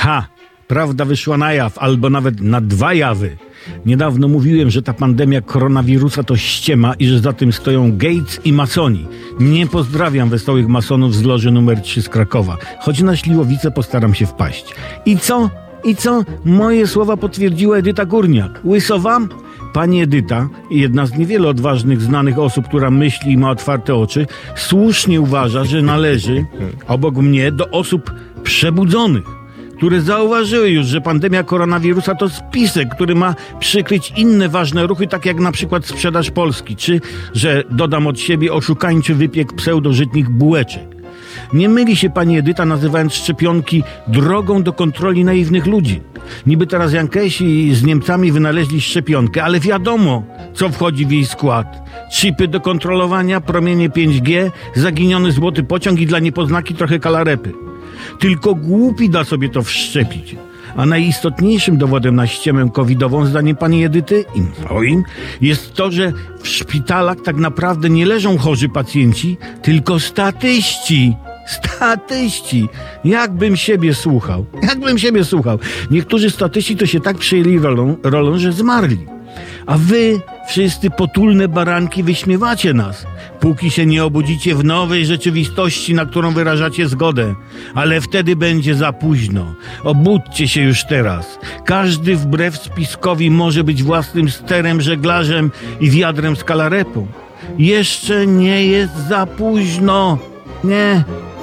Prawda wyszła na jaw, albo nawet na dwa jawy. Niedawno mówiłem, że ta pandemia koronawirusa to ściema i że za tym stoją Gates i masoni. Nie pozdrawiam wesołych masonów z loży numer 3 z Krakowa, choć na śliwowicę postaram się wpaść. I co? Moje słowa potwierdziła Edyta Górniak. Łyso wam? Pani Edyta, jedna z niewielu odważnych, znanych osób, która myśli i ma otwarte oczy, słusznie uważa, że należy, obok mnie, do osób przebudzonych, które zauważyły już, że pandemia koronawirusa to spisek, który ma przykryć inne ważne ruchy, tak jak na przykład sprzedaż Polski, czy, że dodam od siebie, oszukańczy wypiek pseudożytnich bułeczek. Nie myli się pani Edyta, nazywając szczepionki drogą do kontroli naiwnych ludzi. Niby teraz Jankesi z Niemcami wynaleźli szczepionkę, ale wiadomo, co wchodzi w jej skład. Chipy do kontrolowania, promienie 5G, zaginiony złoty pociąg i dla niepoznaki trochę kalarepy. Tylko głupi da sobie to wszczepić. A najistotniejszym dowodem na ściemę covidową, zdaniem pani Edyty i moim, jest to, że w szpitalach tak naprawdę nie leżą chorzy pacjenci, tylko statyści. Jakbym siebie słuchał. Niektórzy statyści to się tak przejęli rolą, że zmarli. A wy, wszyscy potulne baranki, wyśmiewacie nas, póki się nie obudzicie w nowej rzeczywistości, na którą wyrażacie zgodę. Ale wtedy będzie za późno. Obudźcie się już teraz. Każdy wbrew spiskowi może być własnym sterem, żeglarzem i wiadrem z kalarepą. Jeszcze nie jest za późno. Nie.